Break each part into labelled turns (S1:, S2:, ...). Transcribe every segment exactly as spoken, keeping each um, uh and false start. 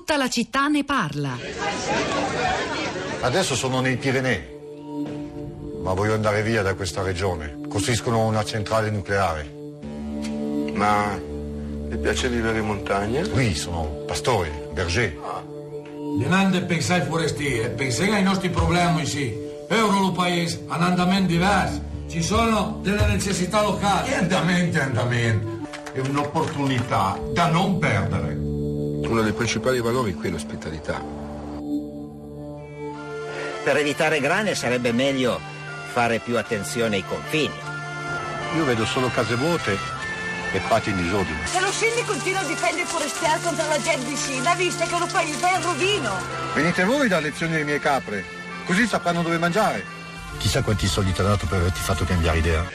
S1: Tutta la città ne parla.
S2: Adesso sono nei Pirenei, ma voglio andare via da questa regione. Costruiscono una centrale nucleare.
S3: Ma le piace vivere in montagna?
S2: Qui sono pastori, berger.
S3: Ah.
S4: Denande pensai forestieri, pensai ai nostri problemi, sì. Euro paese, un andamento diverso. Ci sono delle necessità locali.
S5: E andamento, andamento. È un'opportunità da non perdere.
S3: Uno dei principali valori qui è l'ospitalità.
S6: Per evitare grane sarebbe meglio fare più attenzione ai confini.
S2: Io vedo solo case vuote e pati in disordine.
S7: Se lo Sindi continua a difendere i forestieri contro la gente vicina, vista che lo paese è in rovino.
S2: Venite voi da lezioni delle mie capre, così sapranno dove mangiare. Chissà quanti soldi ti ha dato per averti fatto cambiare idea.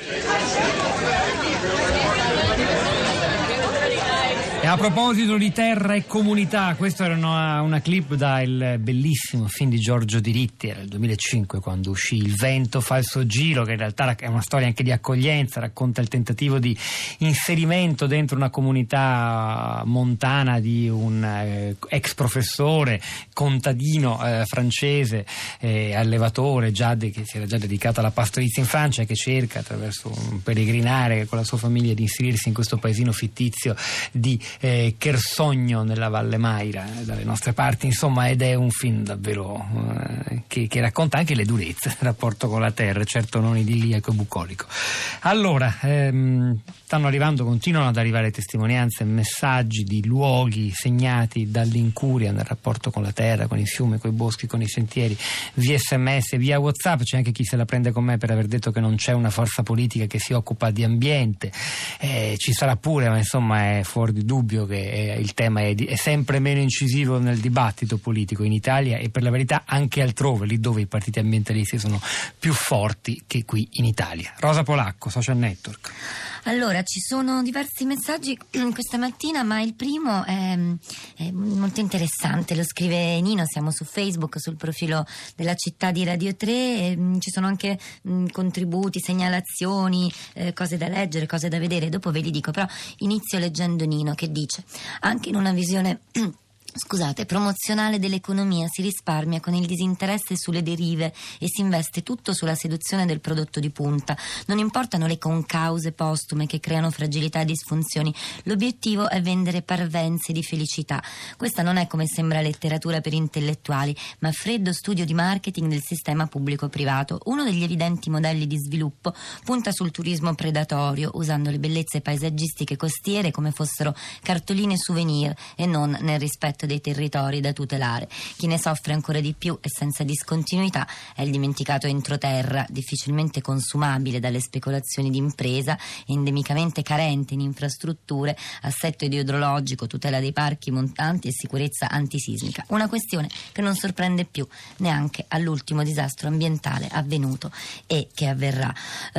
S8: E a proposito di terra e comunità, questa era una, una clip dal bellissimo film di Giorgio Diritti, era il duemilacinque quando uscì Il vento fa il suo giro, che in realtà è una storia anche di accoglienza, racconta il tentativo di inserimento dentro una comunità montana di un eh, ex professore contadino eh, francese, eh, allevatore, già de, che si era già dedicato alla pastorizia in Francia, che cerca attraverso un peregrinare con la sua famiglia di inserirsi in questo paesino fittizio di Eh, Chersogno nella Valle Maira, eh, dalle nostre parti, insomma, ed è un film davvero eh, che, che racconta anche le durezze del rapporto con la terra, certo non idilliaco e bucolico. Allora, ehm, stanno arrivando, continuano ad arrivare testimonianze e messaggi di luoghi segnati dall'incuria nel rapporto con la terra, con i fiumi, con i boschi, con i sentieri, via sms, via WhatsApp. C'è anche chi se la prende con me per aver detto che non c'è una forza politica che si occupa di ambiente, eh, ci sarà pure, ma insomma è fuori di dubbio che il tema è, di, è sempre meno incisivo nel dibattito politico in Italia e per la verità anche altrove, lì dove i partiti ambientalisti sono più forti che qui in Italia. Rosa Polacco, Social Network.
S9: Allora, ci sono diversi messaggi questa mattina, ma il primo è, è molto interessante, lo scrive Nino, siamo su Facebook, sul profilo della città di Radio tre, e, mh, ci sono anche mh, contributi, segnalazioni, eh, cose da leggere, cose da vedere, dopo ve li dico, però inizio leggendo Nino che dice: anche in una visione Scusate, promozionale dell'economia si risparmia con il disinteresse sulle derive e si investe tutto sulla seduzione del prodotto di punta. Non importano le concause postume che creano fragilità e disfunzioni. L'obiettivo è vendere parvenze di felicità. Questa non è, come sembra, letteratura per intellettuali, ma freddo studio di marketing del sistema pubblico-privato. Uno degli evidenti modelli di sviluppo punta sul turismo predatorio, usando le bellezze paesaggistiche costiere come fossero cartoline souvenir e non nel rispetto dei territori da tutelare. Chi ne soffre ancora di più e senza discontinuità è il dimenticato entroterra, difficilmente consumabile dalle speculazioni di impresa, endemicamente carente in infrastrutture, assetto idrogeologico, tutela dei parchi montanti e sicurezza antisismica. Una questione che non sorprende più neanche all'ultimo disastro ambientale avvenuto e che avverrà.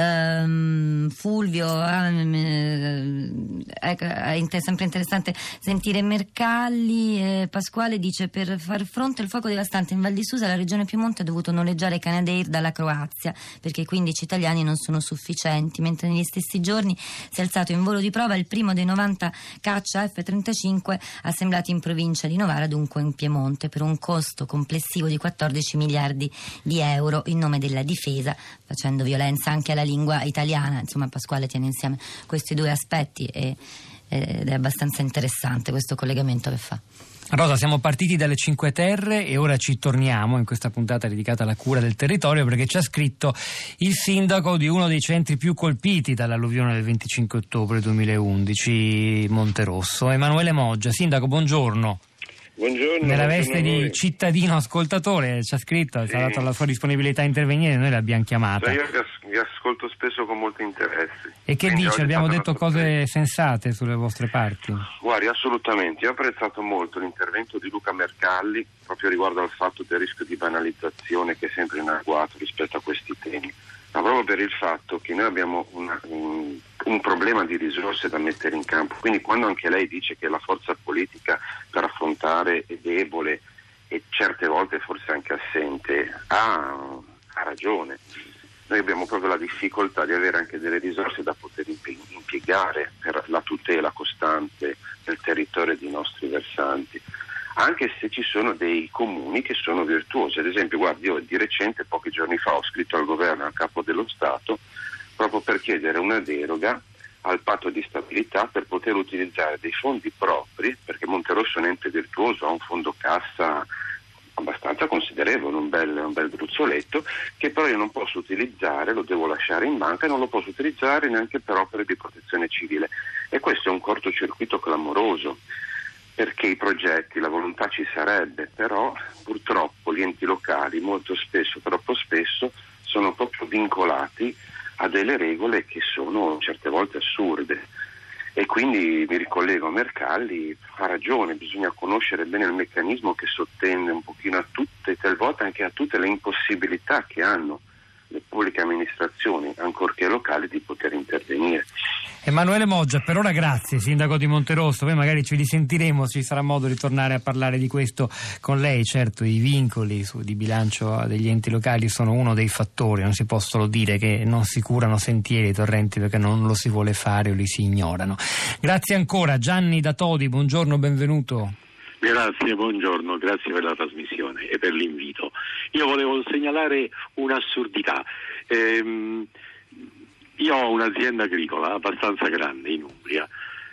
S9: Um, Fulvio, um, ecco, è sempre interessante sentire Mercalli. eh, Pasquale dice: per far fronte al fuoco devastante in Val di Susa la regione Piemonte ha dovuto noleggiare Canadair dalla Croazia perché quindici italiani non sono sufficienti, mentre negli stessi giorni si è alzato in volo di prova il primo dei novanta caccia F trentacinque assemblati in provincia di Novara, dunque in Piemonte, per un costo complessivo di quattordici miliardi di euro in nome della difesa, facendo violenza anche alla lingua italiana. Insomma, Pasquale tiene insieme questi due aspetti e, ed è abbastanza interessante questo collegamento che fa.
S8: Rosa, siamo partiti dalle Cinque Terre e ora ci torniamo in questa puntata dedicata alla cura del territorio, perché ci ha scritto il sindaco di uno dei centri più colpiti dall'alluvione del venticinque ottobre duemilaundici, Monterosso, Emanuele Moggia. Sindaco, buongiorno.
S10: Buongiorno.
S8: Nella
S10: buongiorno
S8: veste di cittadino ascoltatore ci ha scritto, sì. Ha dato la sua disponibilità a intervenire e noi l'abbiamo chiamata.
S10: Io vi, as- vi ascolto spesso con molto interesse.
S8: E che
S10: Quindi
S8: dice? Abbiamo detto cose
S10: sorpresa.
S8: sensate sulle vostre parti.
S10: Guardi, assolutamente. Io ho apprezzato molto l'intervento di Luca Mercalli proprio riguardo al fatto del rischio di banalizzazione che è sempre in agguato rispetto a questi temi, ma proprio per il fatto che noi abbiamo una, un, un problema di risorse da mettere in campo. Quindi quando anche lei dice che la forza politica per affrontare è debole e certe volte forse anche assente, ha, ha ragione. Noi abbiamo proprio la difficoltà di avere anche delle risorse da poter impiegare per la tutela costante del territorio e dei nostri versanti. anche se ci sono dei comuni che sono virtuosi. Ad esempio, guardi, io di recente, pochi giorni fa, ho scritto al governo, al capo dello Stato, proprio per chiedere una deroga al patto di stabilità per poter utilizzare dei fondi propri, perché Monterosso è un ente virtuoso, ha un fondo cassa abbastanza considerevole, un bel, un bel gruzzoletto, che però io non posso utilizzare, lo devo lasciare in banca e non lo posso utilizzare neanche per opere di protezione civile. E questo è un cortocircuito clamoroso, perché i progetti, la volontà ci sarebbe, però purtroppo gli enti locali molto spesso, troppo spesso, sono proprio vincolati a delle regole che sono certe volte assurde. E quindi mi ricollego a Mercalli, ha ragione, bisogna conoscere bene il meccanismo che sottende un pochino a tutte, talvolta anche a tutte le impossibilità che hanno le pubbliche amministrazioni, ancorché locali, di poter intervenire.
S8: Emanuele Moggia, per ora grazie, sindaco di Monterosso, poi magari ci risentiremo, ci sarà modo di tornare a parlare di questo con lei. Certo, i vincoli su, di bilancio degli enti locali sono uno dei fattori, non si può solo dire che non si curano sentieri e torrenti perché non lo si vuole fare o li si ignorano. Grazie ancora. Gianni da Todi, buongiorno, benvenuto.
S1: Grazie, buongiorno, grazie per la trasmissione e per l'invito. Io volevo segnalare un'assurdità. Ehm, io ho un'azienda agricola abbastanza grande in Umbria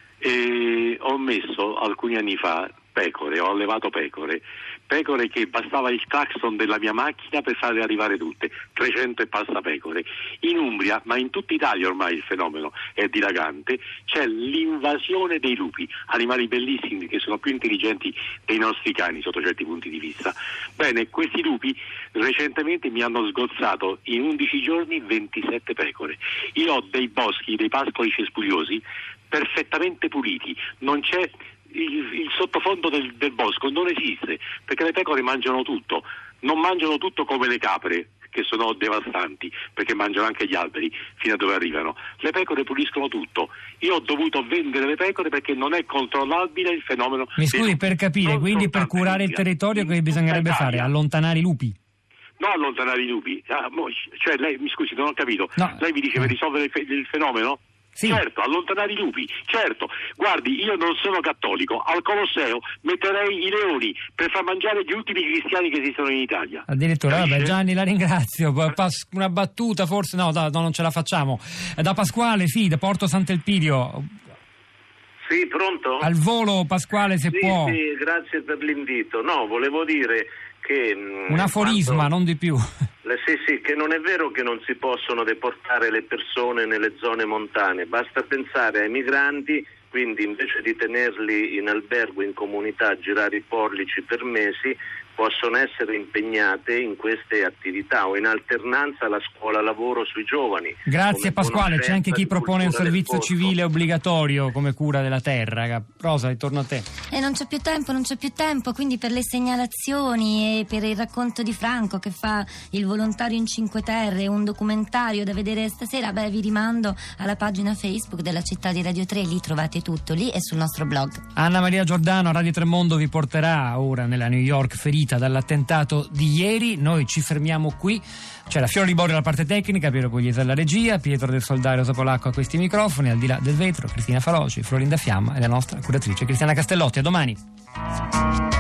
S1: e ho messo alcuni anni fa pecore, ho allevato pecore, pecore che bastava il clacson della mia macchina per farle arrivare tutte, trecento e passa pecore. In Umbria, ma in tutta Italia ormai il fenomeno è dilagante, c'è l'invasione dei lupi, animali bellissimi che sono più intelligenti dei nostri cani sotto certi punti di vista. Bene, questi lupi recentemente mi hanno sgozzato in undici giorni ventisette pecore. Io ho dei boschi, dei pascoli cespugliosi perfettamente puliti, non c'è Il, il sottofondo del, del bosco non esiste, perché le pecore mangiano tutto, non mangiano tutto come le capre che sono devastanti, perché mangiano anche gli alberi fino a dove arrivano. Le pecore puliscono tutto. Io ho dovuto vendere le pecore perché non è controllabile il fenomeno.
S8: Mi scusi, per capire, quindi per curare il territorio che bisognerebbe fare? Allontanare i lupi?
S1: No, allontanare i lupi. Ah, cioè lei, mi scusi, non ho capito. No. Lei mi dice per risolvere il, fe- il fenomeno? Sì. Certo, allontanare i lupi, certo. Guardi, io non sono cattolico, al Colosseo metterei i leoni per far mangiare gli ultimi cristiani che esistono in Italia.
S8: Addirittura, vabbè, Gianni, la ringrazio. Pas- una battuta forse, no, da, no, non ce la facciamo. Da Pasquale, sì, da Porto Sant'Elpidio.
S11: Sì, pronto?
S8: Al volo, Pasquale, se
S11: sì,
S8: può.
S11: Sì, grazie per l'invito. No, volevo dire che...
S8: Un aforisma, quando... non di più.
S11: Sì, sì, che non è vero che non si possono deportare le persone nelle zone montane, basta pensare ai migranti, quindi invece di tenerli in albergo, in comunità, a girare i pollici per mesi, possono essere impegnate in queste attività o in alternanza alla scuola-lavoro sui giovani.
S8: Grazie Pasquale, c'è anche chi propone un servizio civile obbligatorio come cura della terra. Rosa, ritorno a te.
S9: E non c'è più tempo, non c'è più tempo, quindi per le segnalazioni e per il racconto di Franco che fa il volontario in Cinque Terre, un documentario da vedere stasera, beh, vi rimando alla pagina Facebook della Città di Radio tre, lì trovate tutto, lì e sul nostro blog.
S8: Anna Maria Giordano, Radio Tremondo, vi porterà ora nella New York ferita dall'attentato di ieri. Noi ci fermiamo qui. C'è la Fiora Liborio alla parte tecnica, Piero Pugliese alla regia, Pietro del Soldario Sopolacco a questi microfoni, al di là del vetro Cristina Faloci, Florinda Fiamma e la nostra curatrice Cristiana Castellotti. A domani.